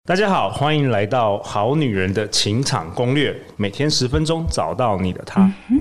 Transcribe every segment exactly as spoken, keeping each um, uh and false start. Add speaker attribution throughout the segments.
Speaker 1: 大家好，欢迎来到《好女人的情场攻略》，每天十分钟，找到你的他。嗯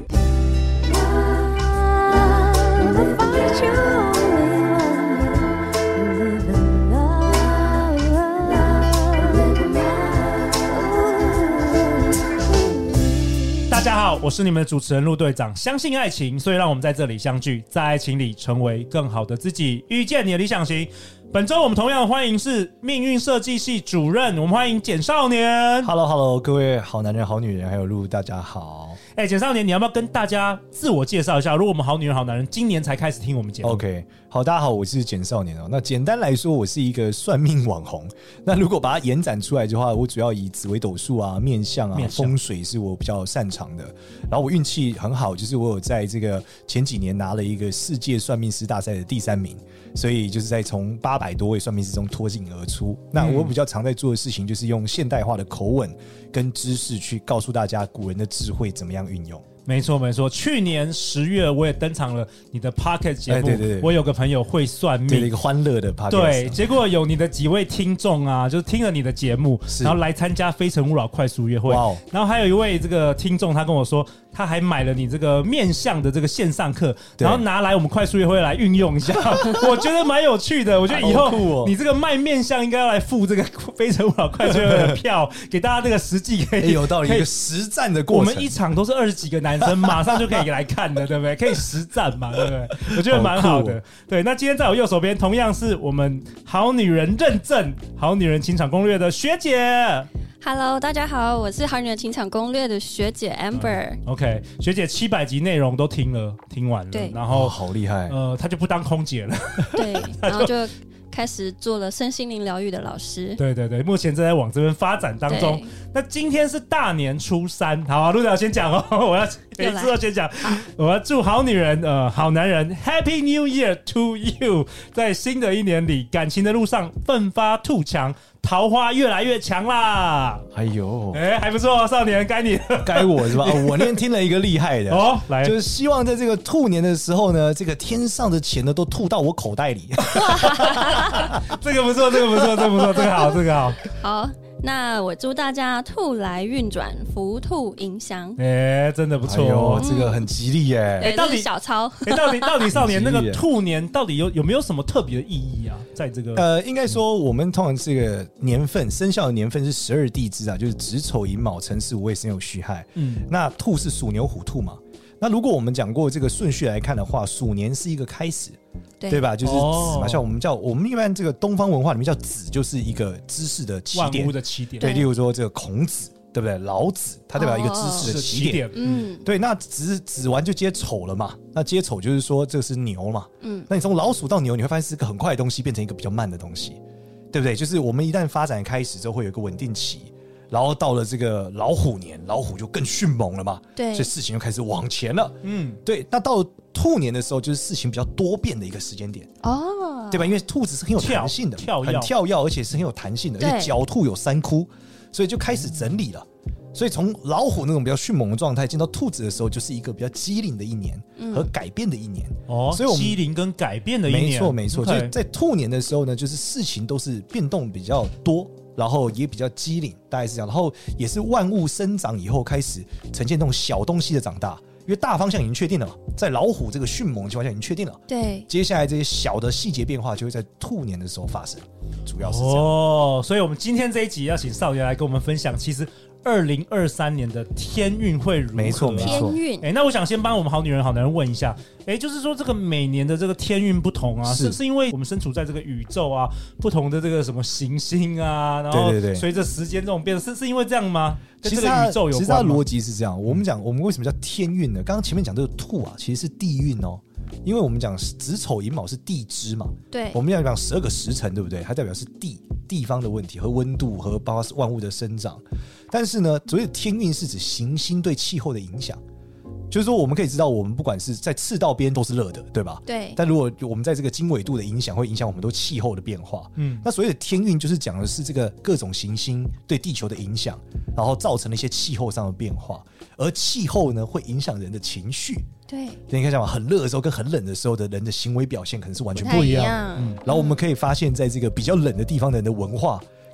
Speaker 1: 大家好，我是你们的主持人陆队长。相信爱情，所以让我们在这里相聚，在爱情里成为更好的自己，遇见你的理想型。本周我们同样欢迎是命运设计系主任，我们欢迎简少年。
Speaker 2: Hello Hello， 各位好男人、好女人，还有陆，大家好。
Speaker 1: 哎、欸，简少年，你要不要跟大家自我介绍一下？如果我们好女人、好男人今年才开始听我们节目
Speaker 2: ，OK， 好，大家好，我是简少年哦。那简单来说，我是一个算命网红。那如果把它延展出来的话，我主要以紫微斗数啊、面相啊、风水是我比较擅长的。然后我运气很好，就是我有在这个前几年拿了一个世界算命师大赛的第三名。所以就是在从八百多位算命师中脱颖而出。那我比较常在做的事情，就是用现代化的口吻跟知识去告诉大家古人的智慧怎么样运用。
Speaker 1: 没错没错，去年十月我也登场了你的 Podcast 节目、哎、
Speaker 2: 对对对，
Speaker 1: 我有个朋友会算命，
Speaker 2: 对，一个欢乐的 Podcast。
Speaker 1: 对，结果有你的几位听众啊，就听了你的节目，然后来参加非诚勿扰快速约会、wow、然后还有一位这个听众他跟我说他还买了你这个面相的这个线上课，然后拿来我们快速约会来运用一下我觉得蛮有趣的。我觉得以后你这个卖面相应该要来付这个非诚勿扰快速约会的票给大家这个实际可以、
Speaker 2: 欸、有道理，一个实战的过程。
Speaker 1: 我们一场都是二十几个男生马上就可以来看的，对不对？可以实战嘛，对不对？我觉得蛮好的、哦、对。那今天在我右手边同样是我们好女人认证好女人情场攻略的学姐。
Speaker 3: Hello， 大家好，我是好女人情场攻略的学姐 Amber、嗯。
Speaker 1: OK， 学姐七百集内容都听了，听完了，
Speaker 3: 对，
Speaker 1: 然后、
Speaker 2: 哦、好厉害，
Speaker 1: 呃，她就不当空姐了，
Speaker 3: 对，然后就开始做了身心灵疗愈的老师。
Speaker 1: 对对对，目前正在往这边发展当中。那今天是大年初三，好啊，陆导先讲哦，我要每次都先讲，我要祝好女人、呃，好男人 ，Happy New Year to you， 在新的一年里，感情的路上奋发图强。桃花越来越强啦！
Speaker 2: 哎呦，
Speaker 1: 哎、欸，还不错，少年，该你了，
Speaker 2: 该我是吧？哦、我那天听了一个厉害的哦，来，就是希望在这个兔年的时候呢，这个天上的钱呢都吐到我口袋里。
Speaker 1: 这个不错，这个不错，这个不错，这个好，这个好。
Speaker 3: 好。那我祝大家兔来运转，福兔迎祥。
Speaker 1: 哎、欸，真的不错、
Speaker 2: 哦哎，这个很吉利耶。
Speaker 3: 哎、欸，到底小抄？
Speaker 1: 哎、欸，到底到底少年那个兔年到底有有没有什么特别的意义啊？在这个
Speaker 2: 呃，应该说我们通常这个年份生肖的年份是十二地支啊，就是子丑寅卯辰巳午未申酉戌亥。嗯，那兔是属牛虎兔嘛。那如果我们讲过这个顺序来看的话，鼠年是一个开始， 对, 对吧？就是子嘛、哦，像我们叫我们一般这个东方文化里面叫子，就是一个知识的起点，
Speaker 1: 万物的起点。
Speaker 2: 对，例如说这个孔子，对不对？老子，他代表一个知识的起点。哦、嗯，对。那子子完就接丑了嘛？那接丑就是说这个是牛嘛？嗯，那你从老鼠到牛，你会发现是个很快的东西变成一个比较慢的东西，对不对？就是我们一旦发展开始之后，会有一个稳定期。然后到了这个老虎年，老虎就更迅猛了嘛，对，所以事情就开始往前了。嗯，对。那到了兔年的时候，就是事情比较多变的一个时间点，哦，对吧？因为兔子是很有弹性的，
Speaker 1: 跳
Speaker 2: 很跳跃，而且是很有弹性的，而且狡兔有三窟，所以就开始整理了。所以从老虎那种比较迅猛的状态进到兔子的时候，就是一个比较机灵的一年和改变的一年。哦，
Speaker 1: 所以我们机灵跟改变的一年，
Speaker 2: 没错没错。所以在兔年的时候呢，就是事情都是变动比较多。然后也比较机灵，大概是这样。然后也是万物生长以后开始呈现那种小东西的长大，因为大方向已经确定了嘛，在老虎这个迅猛的情况下已经确定了。对，接下来这些小的细节变化就会在兔年的时候发生，主要是这样。
Speaker 1: 哦，所以我们今天这一集要请少爷来跟我们分享，其实二零二三年的天运会如何？
Speaker 2: 没错，没错。
Speaker 3: 天运，
Speaker 1: 哎、欸，那我想先帮我们好女人、好男人问一下，哎、欸，就是说这个每年的这个天运不同啊，是是因为我们身处在这个宇宙啊，不同的这个什么行星啊，然后随着时间这种变动，是是因为这样吗？跟这个宇宙有关吗？
Speaker 2: 其实它的逻辑是这样。我们讲，我们为什么叫天运呢？刚刚前面讲这个兔啊，其实是地运哦。因为我们讲子丑寅卯是地支嘛，对，我们要讲十二个时辰，对不对？它代表是地地方的问题和温度和包括万物的生长。但是呢，所谓的天运是指行星对气候的影响。就是说我们可以知道我们不管是在赤道边都是热的，对吧？对。但如果我们在这个经纬度的影响会影响我们都气候的变化，嗯，那所谓的天运就是讲的是这个各种行星对地球的影响，然后造成了一些气候上的变化，而气候呢会影响人的情绪。对，你看讲很热的时候跟很冷的时候的人的行为表现可能是完全不一样。嗯，然后我们可以发现在这个比较冷的地方的人的文化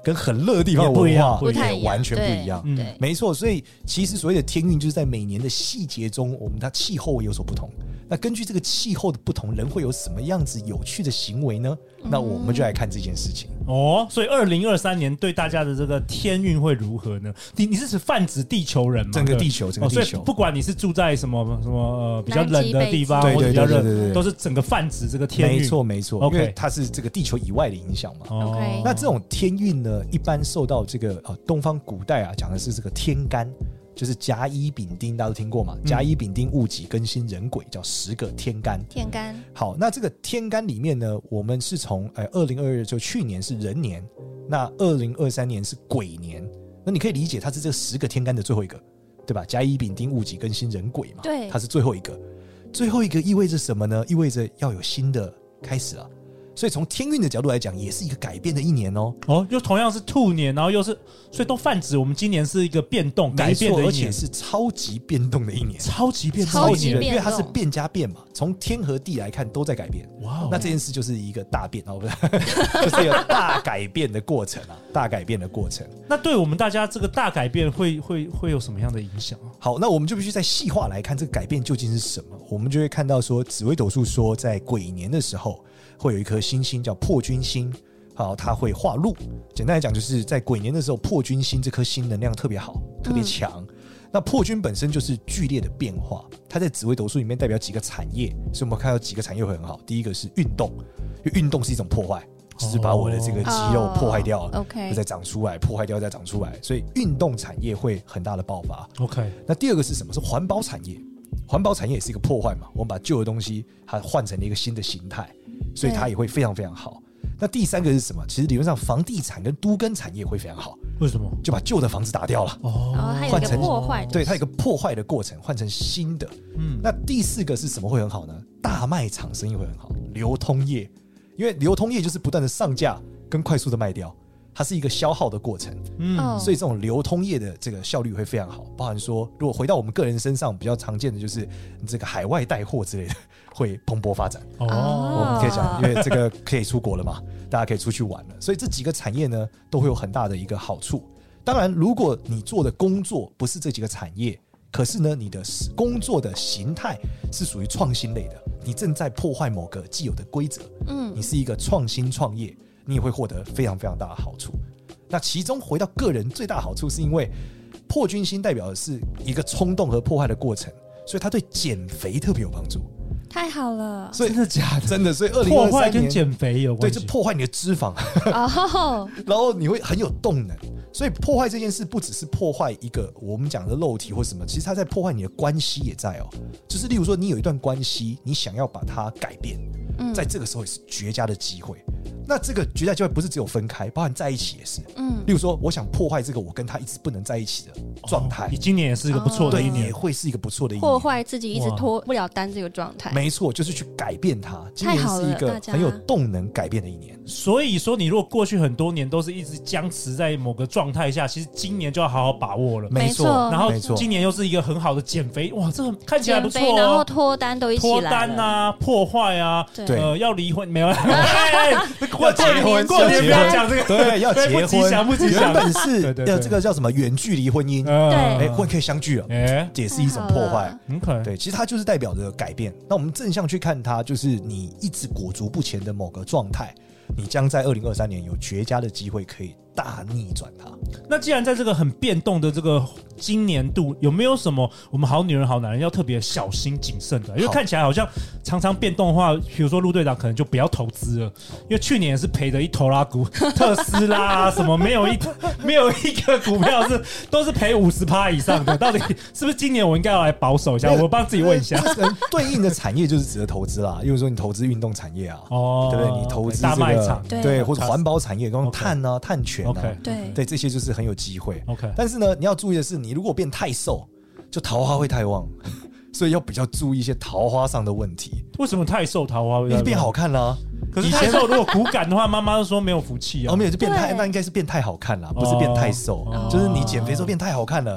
Speaker 2: 跟很热的地方文化
Speaker 3: 不太一样，
Speaker 2: 完全不一样。
Speaker 3: 嗯，
Speaker 2: 没错。所以其实所谓的天运，就是在每年的细节中，我们它气候有所不同。那根据这个气候的不同，人会有什么样子有趣的行为呢？嗯、那我们就来看这件事情
Speaker 1: 哦。所以二零二三年对大家的这个天运会如何呢？你你是指泛指地球人吗？
Speaker 2: 整个地球，整个地球，哦、
Speaker 1: 所以不管你是住在什么什么、呃、比较冷的地方，或者比较热，都是整个泛指这个天运。
Speaker 2: 没错没错， okay. 因为它是这个地球以外的影响嘛。
Speaker 3: OK，
Speaker 2: 那这种天运呢，一般受到这个呃东方古代啊讲的是这个天干。就是甲乙丙丁，大家都听过嘛？甲乙丙丁戊己庚辛壬癸，叫十个天干。
Speaker 3: 天干。
Speaker 2: 好，那这个天干里面呢，我们是从呃二零二二就去年是壬年，那二零二三年是癸年。那你可以理解它是这十个天干的最后一个，对吧？甲乙丙丁戊己庚辛壬癸嘛，
Speaker 3: 对，
Speaker 2: 它是最后一个。最后一个意味着什么呢？意味着要有新的开始了。所以从天运的角度来讲，也是一个改变的一年哦。
Speaker 1: 哦，又同样是兔年，然后又是，所以都泛指我们今年是一个变动、改变的一年，
Speaker 2: 而且是超级变动的一年。
Speaker 1: 超级变动，
Speaker 3: 超级变动，
Speaker 2: 因为它是变加变嘛，从天和地来看都在改变。哇，那这件事就是一个大变哦，不是，就是一个大改变的过程啊，大改变的过程。
Speaker 1: 那对我们大家这个大改变会会会有什么样的影响啊？
Speaker 2: 好，那我们就必须再细化来看这个改变究竟是什么。我们就会看到说，紫微斗数说，在癸年的时候。会有一颗星星叫破军星，好，它会化禄。简单来讲，就是在癸年的时候，破军星这颗星能量特别好，特别强。嗯、那破军本身就是剧烈的变化，它在紫微斗数里面代表几个产业，所以我们看到几个产业会很好。第一个是运动，因为运动是一种破坏，就是把我的这个肌肉破坏掉了，
Speaker 3: OK，
Speaker 2: 再长出来，破坏掉再长出来，所以运动产业会很大的爆发。
Speaker 1: OK，
Speaker 2: 那第二个是什么？是环保产业。环保产业也是一个破坏嘛，我们把旧的东西它换成了一个新的形态，所以它也会非常非常好。那第三个是什么？其实理论上房地产跟都更产业会非常好。
Speaker 1: 为什么？
Speaker 2: 就把旧的房子打掉了，
Speaker 3: 哦，它有一个破坏，
Speaker 2: 对，它有一个破坏的过程，换成新的。嗯，那第四个是什么会很好呢？大卖场生意会很好，流通业，因为流通业就是不断的上架跟快速的卖掉。它是一个消耗的过程，嗯，所以这种流通业的这个效率会非常好。包含说，如果回到我们个人身上，比较常见的就是这个海外带货之类的会蓬勃发展。哦，我们可以讲，因为这个可以出国了嘛，大家可以出去玩了，所以这几个产业呢都会有很大的一个好处。当然，如果你做的工作不是这几个产业，可是呢，你的工作的形态是属于创新类的，你正在破坏某个既有的规则，嗯，你是一个创新创业。你也会获得非常非常大的好处。那其中回到个人最大的好处，是因为破军星代表的是一个冲动和破坏的过程，所以它对减肥特别有帮助。
Speaker 3: 太好了，
Speaker 2: 所以
Speaker 1: 真的假的？
Speaker 2: 真的，所以二零二三年
Speaker 1: 破坏跟减肥有关系，
Speaker 2: 对，就破坏你的脂肪，
Speaker 3: 哦，
Speaker 2: 然后你会很有动能。所以破坏这件事不只是破坏一个我们讲的肉体或什么，其实它在破坏你的关系也在哦。就是例如说，你有一段关系，你想要把它改变，嗯、在这个时候也是绝佳的机会。那这个绝佳机会不是只有分开，包含在一起也是。嗯，例如说，我想破坏这个我跟他一直不能在一起的状态。
Speaker 1: 你、哦、今年也是一个不错的一年，
Speaker 2: 也会是一个不错的一年。
Speaker 3: 破坏自己一直脱不了单这个状态。
Speaker 2: 没错，就是去改变它。今年是一个很有动能改变的一年。
Speaker 1: 所以说，你如果过去很多年都是一直僵持在某个状态下，其实今年就要好好把握了。
Speaker 2: 没错，
Speaker 1: 然后今年又是一个很好的减肥，哇，这个看起来不错、哦。
Speaker 3: 然后脱单都一起来了。
Speaker 1: 脱单啊，破坏啊，
Speaker 2: 对，
Speaker 1: 呃，要离婚没有？
Speaker 2: 过结婚，
Speaker 1: 过年不要讲这个，
Speaker 2: 对，要结婚，
Speaker 1: 不吉祥，不吉祥。
Speaker 2: 原本是呃，这个叫什么远距离婚姻，
Speaker 3: 对，
Speaker 2: 哎，婚可以相聚了，哎，也是一种破坏。
Speaker 1: 嗯，
Speaker 2: 对，其实它就是代表着改变。那我们正向去看它，就是你一直裹足不前的某个状态，你将在二零二三年有绝佳的机会可以大逆转它。
Speaker 1: 那既然在这个很变动的这个今年度，有没有什么我们好女人好男人要特别小心谨慎的？因为看起来好像常常变动的话，比如说陆队长可能就不要投资了，因为去年也是赔的一头拉股，特斯拉、啊、什么没有一没有一个股票是都是赔五十趴以上的，到底是不是今年我应该要来保守一下？我帮自己问一下，
Speaker 2: 对应的产业就是值得投资啦。例如说你投资运动产业啊，哦，对不对？你投资、这个、
Speaker 1: 大卖场，
Speaker 2: 对，或者环保产业，跟碳啊、碳权啊，
Speaker 1: okay,
Speaker 3: 对
Speaker 2: 对，这些就是很有机会。
Speaker 1: OK，
Speaker 2: 但是呢，你要注意的是，你如果变太瘦，就桃花会太旺，所以要比较注意一些桃花上的问题。
Speaker 1: 为什么太瘦桃花会太旺？
Speaker 2: 你变好看啦、啊。
Speaker 1: 可是太瘦如果骨感的话，妈妈都说没有福气啊。
Speaker 2: 哦，没有，就变太，那应该是变太好看了，不是变太瘦，哦、就是你减肥之后变太好看了。哦、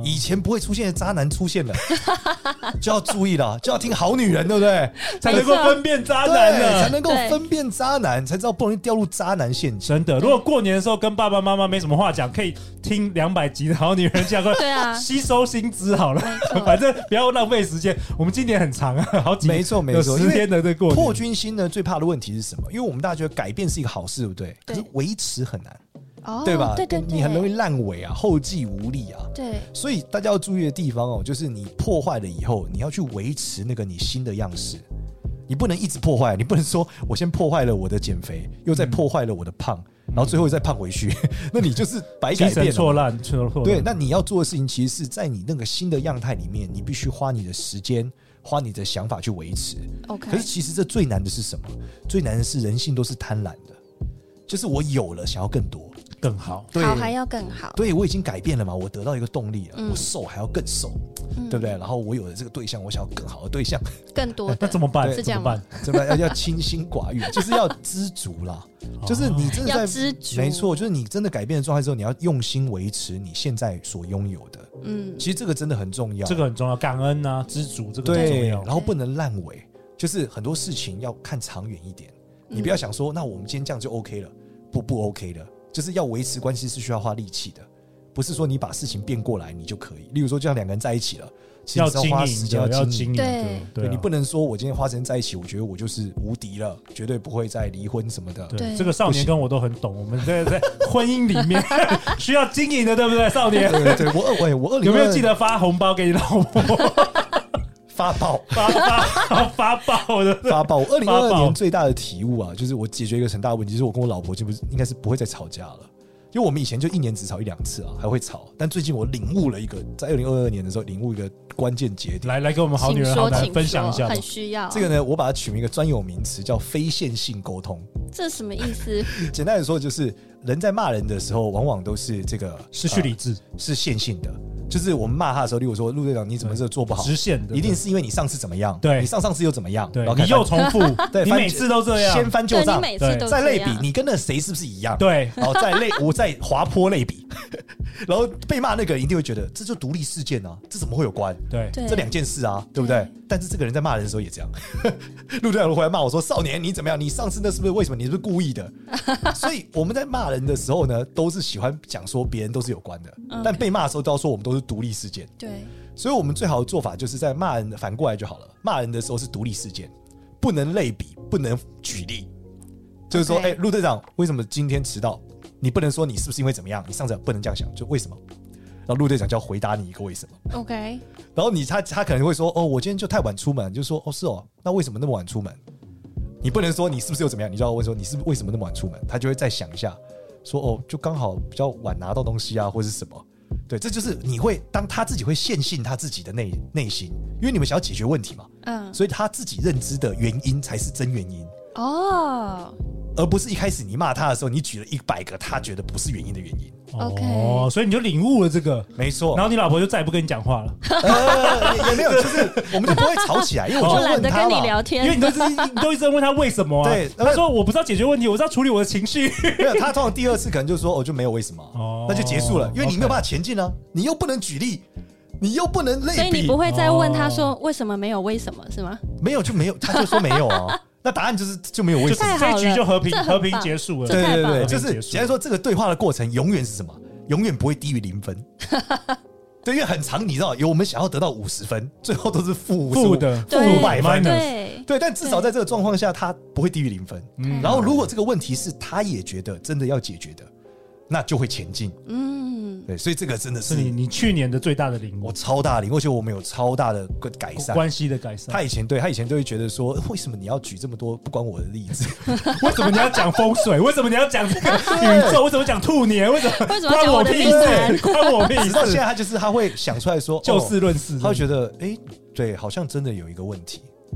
Speaker 2: 以前不会出现的渣男出现了，就要注意了，就要听好女人，对不对？
Speaker 1: 才能够分辨渣男呢，
Speaker 2: 才能够分辨渣男，才知道不容易掉入渣男陷阱。
Speaker 1: 真的，如果过年的时候跟爸爸妈妈没什么话讲，可以听两百集的好女人讲，对啊，吸收新知好了，反正不要浪费时间。我们今年很长啊，好几
Speaker 2: 没错没错，
Speaker 1: 十天的这过年。
Speaker 2: 破军星呢，最怕的问题是什么？因为我们大家觉得改变是一个好事，对不对？可是维持很难。哦、对吧？
Speaker 3: 对对对，
Speaker 2: 你很容易烂尾啊，后继无力啊。
Speaker 3: 对，
Speaker 2: 所以大家要注意的地方哦，就是你破坏了以后，你要去维持那个你新的样式。你不能一直破坏，你不能说我先破坏了我的减肥，又再破坏了我的胖，嗯、然后最后再胖回去，那你就是白改变了。
Speaker 1: 错乱，错乱。
Speaker 2: 对，那你要做的事情，其实是在你那个新的样态里面，你必须花你的时间。花你的想法去维持。
Speaker 3: Okay.
Speaker 2: 可是其实这最难的是什么？最难的是人性都是贪婪的，就是我有了想要更多
Speaker 1: 更好，
Speaker 3: 对，好还要更好。
Speaker 2: 对，我已经改变了嘛，我得到一个动力了，嗯、我瘦还要更瘦，嗯、对不对？然后我有了这个对象，我想要更好的对象，
Speaker 3: 更多的。
Speaker 1: 那怎么办？
Speaker 3: 是这样吗？
Speaker 2: 怎么办？要要清心寡欲，就是要知足啦。就是你真的在
Speaker 3: 要知足，
Speaker 2: 没错，就是你真的改变了状态之后，你要用心维持你现在所拥有的。嗯，其实这个真的很重要，
Speaker 1: 这个很重要，感恩啊，知足，这个很重要。
Speaker 2: 然后不能烂尾，就是很多事情要看长远一点。你不要想说，那我们今天这样就 OK 了，不不 OK 的，就是要维持关系是需要花力气的，不是说你把事情变过来你就可以。例如说，就像两个人在一起了。其实要花时间要经营，
Speaker 1: 对
Speaker 2: 对，你不能说我今天花时间在一起，我觉得我就是无敌了，绝对不会再离婚什么的。
Speaker 1: 对，这个少年跟我都很懂，我们在在婚姻里面需要经营的，对不对？少年，
Speaker 2: 对对对，我我我二零
Speaker 1: 有没有记得发红包给你老婆？
Speaker 2: 发爆
Speaker 1: 发发发爆的
Speaker 2: 发爆！我二零二二年最大的体悟啊，就是我解决一个很大的问题，就是我跟我老婆就不是应该是不会再吵架了。因为我们以前就一年只吵一两次啊，还会吵。但最近我领悟了一个，在二零二二年的时候领悟一个关键节点。
Speaker 1: 来来，跟我们好女人好男人分享一下，
Speaker 3: 很需要。
Speaker 2: 这个呢，我把它取名一个专有名词，叫非线性沟通。
Speaker 3: 这是什么意思？
Speaker 2: 简单的说，就是人在骂人的时候，往往都是这个
Speaker 1: 失去理智，
Speaker 2: 呃、是线性的。就是我们骂他的时候，例如说陆队长你怎么这个做不好，
Speaker 1: 直线的，
Speaker 2: 一定是因为你上次怎么样，
Speaker 1: 对，
Speaker 2: 你上上次又怎么样，
Speaker 1: 对，然后你又重复，
Speaker 2: 对，
Speaker 1: 你每次都这样，
Speaker 2: 先翻旧账，再类比，你跟那谁是不是一样，
Speaker 1: 对，
Speaker 2: 然后再类，我再滑坡类比，然后被骂那个人一定会觉得这就独立事件啊，这怎么会有关？
Speaker 1: 对，
Speaker 2: 这两件事啊，对不对？但是这个人在骂人的时候也这样，陆队长回来骂我说：“少年，你怎么样？你上次那是不是为什么？你是不是故意的？”所以我们在骂人的时候呢，都是喜欢讲说别人都是有关的， okay. 但被骂的时候都要说我们都是独立事件。
Speaker 3: 对，
Speaker 2: 所以我们最好的做法就是在骂人的反过来就好了。骂人的时候是独立事件，不能类比，不能举例。就是说，哎、okay. 欸，陆队长为什么今天迟到？你不能说你是不是因为怎么样？你上次不能这样想，就为什么？然后陆队长就要回答你一个为什么。
Speaker 3: OK。
Speaker 2: 然后你他他可能会说，哦，我今天就太晚出门，就说，哦，是哦，那为什么那么晚出门？你不能说你是不是又怎么样？你就要问说你是不是为什么那么晚出门？他就会再想一下，说，哦，就刚好比较晚拿到东西啊，或者是什么。对，这就是你会当他自己会线性他自己的内内心，因为你们想要解决问题嘛，嗯，所以他自己认知的原因才是真原因哦，而不是一开始你骂他的时候，你举了一百个他觉得不是原因的原因。
Speaker 3: OK，
Speaker 1: 哦，所以你就领悟了这个，
Speaker 2: 没错。
Speaker 1: 然后你老婆就再也不跟你讲话了，
Speaker 2: 呃，也, 也没有，就是我们就不会吵起来，因为我就
Speaker 3: 懒得跟你聊天，
Speaker 1: 因为你都是你都一直问他为什么啊？
Speaker 2: 对，
Speaker 1: 他说我不知道解决问题，我是要处理我的情绪。
Speaker 2: 没有，他通常第二次可能就说，哦，就没有为什么，哦，那就结束了，因为你没有办法前进啊，你又不能举例。你又不能类比，
Speaker 3: 所以你不会再问他说为什么没有为什么是吗？
Speaker 2: 没有就没有，他就说没有啊。那答案就是就没有为什么，
Speaker 1: 这一局就和平和平结束了。
Speaker 2: 对对对，就是简单说，这个对话的过程永远是什么？永远不会低于零分。对，因为很长，你知道，有我们想要得到五十分，最后都是负
Speaker 1: 负的
Speaker 2: 负五百分。
Speaker 3: 对
Speaker 2: 对，但至少在这个状况下，他不会低于零分。嗯，然后如果这个问题是他也觉得真的要解决的，那就会前进。嗯，对，所以这个真的是
Speaker 1: 你你去年的最大的领悟，
Speaker 2: 我超大的领悟，而且我们有超大的改善
Speaker 1: 关系的改善。
Speaker 2: 他以前对他以前都会觉得说，为什么你要举这么多不关我的例子？
Speaker 1: 为什么你要讲风水？为什么你要讲这个宇宙？为什么讲兔年？为什么
Speaker 3: 为什么关我屁事？
Speaker 1: 关我屁事！
Speaker 2: 直到现在，他就是他会想出来说，
Speaker 1: 就事论事，
Speaker 2: 他会觉得，哎、欸，对，好像真的有一个问题。嗯，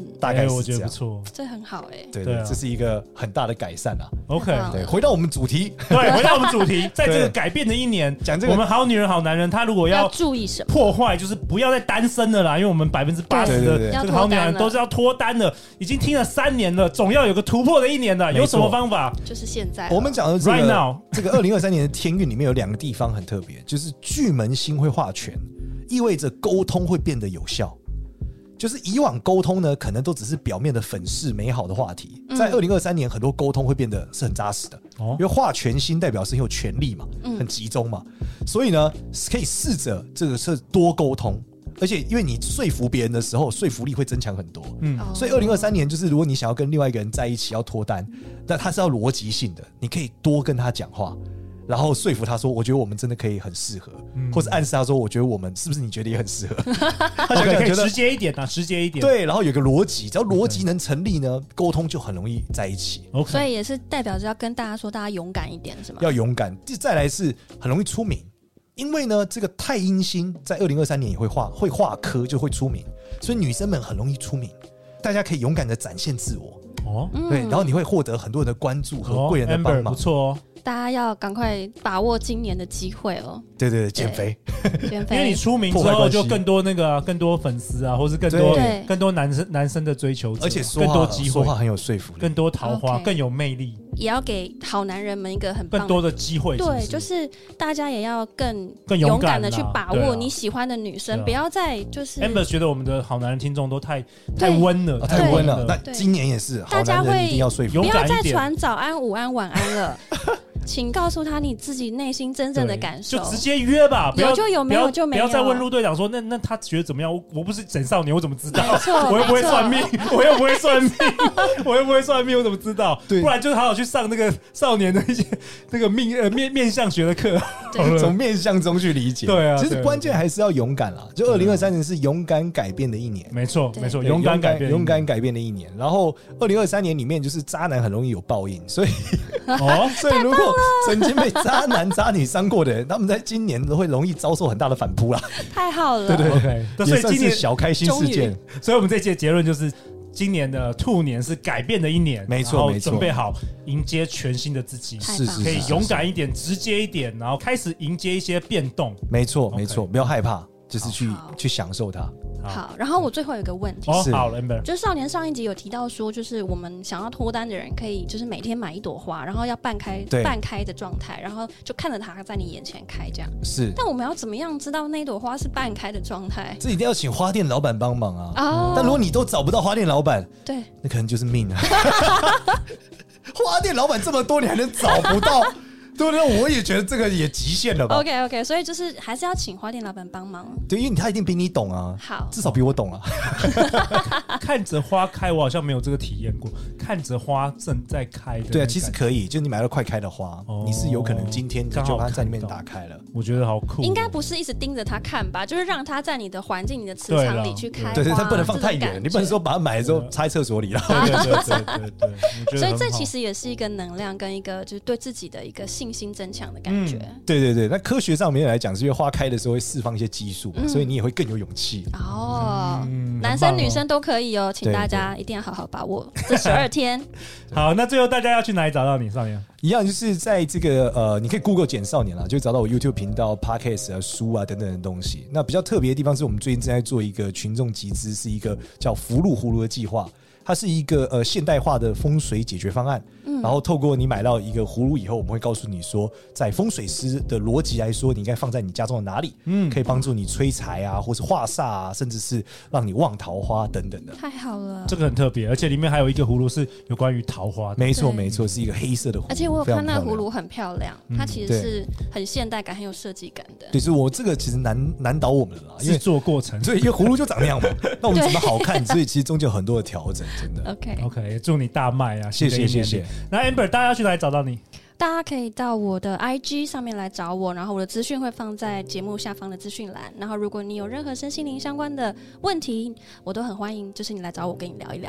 Speaker 3: 嗯，
Speaker 2: 大概是这样、欸、
Speaker 1: 我觉得不错，
Speaker 3: 这很好哎、欸。
Speaker 2: 对 对, 对、啊，这是一个很大的改善啊。
Speaker 1: OK，
Speaker 2: 对，回到我们主题，
Speaker 1: 对，回到我们主题，在这个改变的一年，讲这个，我们好女人好男人，他如果要
Speaker 3: 注意什么
Speaker 1: 破坏，就是不要再单身了啦，因为我们百分之八十的这个好女人都是要脱单了，已经听了三年了，总要有个突破的一年了，有什么方法？
Speaker 3: 就是现在，
Speaker 2: 我们讲的这个
Speaker 1: right now
Speaker 2: 这个二零二三年的天运里面有两个地方很特别，就是巨门星会化权，意味着沟通会变得有效。就是以往沟通呢，可能都只是表面的粉饰美好的话题，在二零二三年很多沟通会变得是很扎实的，嗯、因为化权星代表是很有权力嘛，嗯、很集中嘛，所以呢，可以试着这个是多沟通，而且因为你说服别人的时候，说服力会增强很多，嗯，所以二零二三年就是如果你想要跟另外一个人在一起要脱单，那他是要逻辑性的，你可以多跟他讲话。然后说服他说，我觉得我们真的可以很适合，嗯、或者暗示他说，我觉得我们是不是你觉得也很适合？他想想
Speaker 1: 可以直接一点啊，直接一点。
Speaker 2: 对，然后有个逻辑，只要逻辑能成立呢，沟通就很容易在一起。
Speaker 3: Okay. 所以也是代表着要跟大家说，大家勇敢一点，是吗？
Speaker 2: 要勇敢。再来是很容易出名，因为呢，这个太阴星在二零二三年也会化会化科，就会出名，所以女生们很容易出名。大家可以勇敢的展现自我。哦，对，然后你会获得很多人的关注和贵人的帮忙，
Speaker 1: 不错哦。
Speaker 3: 大家要赶快把握今年的机会哦。
Speaker 2: 对对对，减肥，
Speaker 3: 减肥，
Speaker 1: 因为你出名之后就更多那个、啊、更多粉丝啊，或是更多更多男生男生的追求者，
Speaker 2: 而且说话
Speaker 1: 更多机会，
Speaker 2: 说话很有说服力，
Speaker 1: 更多桃花，
Speaker 3: okay.
Speaker 1: 更有魅力。
Speaker 3: 也要给好男人们一个很棒的
Speaker 1: 更多的机会是不是，
Speaker 3: 对，就是大家也要更
Speaker 1: 更
Speaker 3: 勇敢的去把握你喜欢的女生，
Speaker 1: 啊、
Speaker 3: 不要再就是
Speaker 1: Amber 觉得我们的好男人听众都太太温了，
Speaker 2: 哦、太温了。那今年也是，
Speaker 3: 大家会
Speaker 2: 一定要说服，
Speaker 3: 不要再传早安、午安、晚安了。请告诉他你自己内心真正的感受，
Speaker 1: 就直接约吧，
Speaker 3: 有就有，没有就没有。
Speaker 1: 不要再问陆队长说，那那他觉得怎么样？我不是整少年，我怎么知道？
Speaker 3: 没错，
Speaker 1: 我又不会算命，我又不会算命，我又不会算命，我怎么知道？不然就好好去上那个少年的一些那个命呃面面相学的课，
Speaker 2: 从面相中去理解。
Speaker 1: 对啊，
Speaker 2: 其实关键还是要勇敢啦。就二零二三年是勇敢改变的一年，
Speaker 1: 没错没错，勇敢改变，
Speaker 2: 勇敢改变的一年。然后二零二三年里面就是渣男很容易有报应，所以哦，所以如果曾经被渣男渣女伤过的人，他们在今年都会容易遭受很大的反扑啦。
Speaker 3: 太好了，
Speaker 2: 对对
Speaker 1: ，OK， 所以今年
Speaker 2: 小开心事件。
Speaker 1: 所以我们这期的结论就是，今年的兔年是改变的一年，
Speaker 2: 没错没错，
Speaker 1: 准备好迎接全新的自己，
Speaker 2: 是是，
Speaker 1: 可以勇敢一点，直接一点，然后开始迎接一些变动。
Speaker 2: 没错没错，不要害怕，就是去去享受它。
Speaker 3: 好，然后我最后有一个问题，
Speaker 1: 哦，好了 ，Amber，
Speaker 3: 就是少年上一集有提到说，就是我们想要脱单的人，可以就是每天买一朵花，然后要半开半开的状态，然后就看着它在你眼前开，这样
Speaker 2: 是。
Speaker 3: 但我们要怎么样知道那朵花是半开的状态？
Speaker 2: 这一定要请花店老板帮忙啊！哦，但如果你都找不到花店老板，
Speaker 3: 对，
Speaker 2: 那可能就是命啊。花店老板这么多，你还能找不到？对不对？我也觉得这个也极限了吧。
Speaker 3: OK OK， 所以就是还是要请花店老板帮忙。
Speaker 2: 对，因为他一定比你懂啊。
Speaker 3: 好，
Speaker 2: 至少比我懂啊。
Speaker 1: 看着花开，我好像没有这个体验过。看着花正在开的，
Speaker 2: 对啊，其实可以，就你买了快开的花，哦、你是有可能今天就把它在里面打开了。
Speaker 1: 我觉得好酷、哦。
Speaker 3: 应该不是一直盯着它看吧，就是让它在你的环境、你的磁场里去开花。
Speaker 2: 对对，它不能放太远，你不能说把它买了之后插在厕所里了。
Speaker 1: 对对对对对对。
Speaker 3: 所以这其实也是一个能量跟一个就是对自己的一个信心增强的感觉。嗯、
Speaker 2: 对对对，那科学上面来讲，是因为花开的时候会释放一些激素、嗯，所以你也会更有勇气。
Speaker 3: 哦、嗯，男生女生都可以哦，请大家一定要好好把握这十二天。
Speaker 1: 好，那最后大家要去哪里找到你？少年
Speaker 2: 一样就是在这个呃，你可以 Google 简少年啦，就找到我 YouTube 频道、Podcast 啊、书啊等等的东西。那比较特别的地方是我们最近正在做一个群众集资，是一个叫福禄葫芦的计划。它是一个呃现代化的风水解决方案，嗯、然后透过你买到一个葫芦以后，我们会告诉你说，在风水师的逻辑来说，你应该放在你家中的哪里，嗯，可以帮助你催财啊，或是化煞啊，甚至是让你旺桃花等等的。
Speaker 3: 太好了，
Speaker 1: 这个很特别，而且里面还有一个葫芦是有关于桃花的。
Speaker 2: 没错没错，是一个黑色的葫芦，
Speaker 3: 而且我有看那葫芦很漂亮，它其实是很现代感、很有设计感的。
Speaker 2: 对，所以我这个其实难难倒我们了啦，
Speaker 1: 因为制作过程，
Speaker 2: 对，因为葫芦就长那样嘛，那我们怎么好看？所以其实中间有很多的调整，真的。
Speaker 3: OK
Speaker 1: OK， 祝你大卖啊！
Speaker 2: 谢谢谢谢。
Speaker 1: 那 Amber， 大家要去哪里找到你？
Speaker 3: 大家可以到我的 I G 上面来找我，然后我的资讯会放在节目下方的资讯栏。然后如果你有任何身心灵相关的问题，我都很欢迎，就是你来找我跟你聊一聊。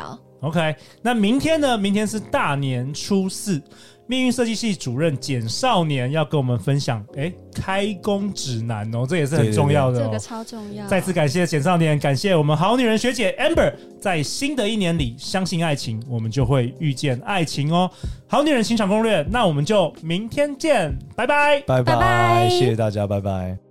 Speaker 1: OK， 那明天呢？明天是大年初四，命运设计系主任简少年要跟我们分享，哎，开工指南哦，这也是很重要的、哦，
Speaker 3: 这个超重要。
Speaker 1: 再次感谢简少年，感谢我们好女人学姐 Amber， 在新的一年里，相信爱情，我们就会遇见爱情哦。好女人情场攻略，那我们就明天见，拜拜，
Speaker 2: 拜拜，谢谢大家，拜拜。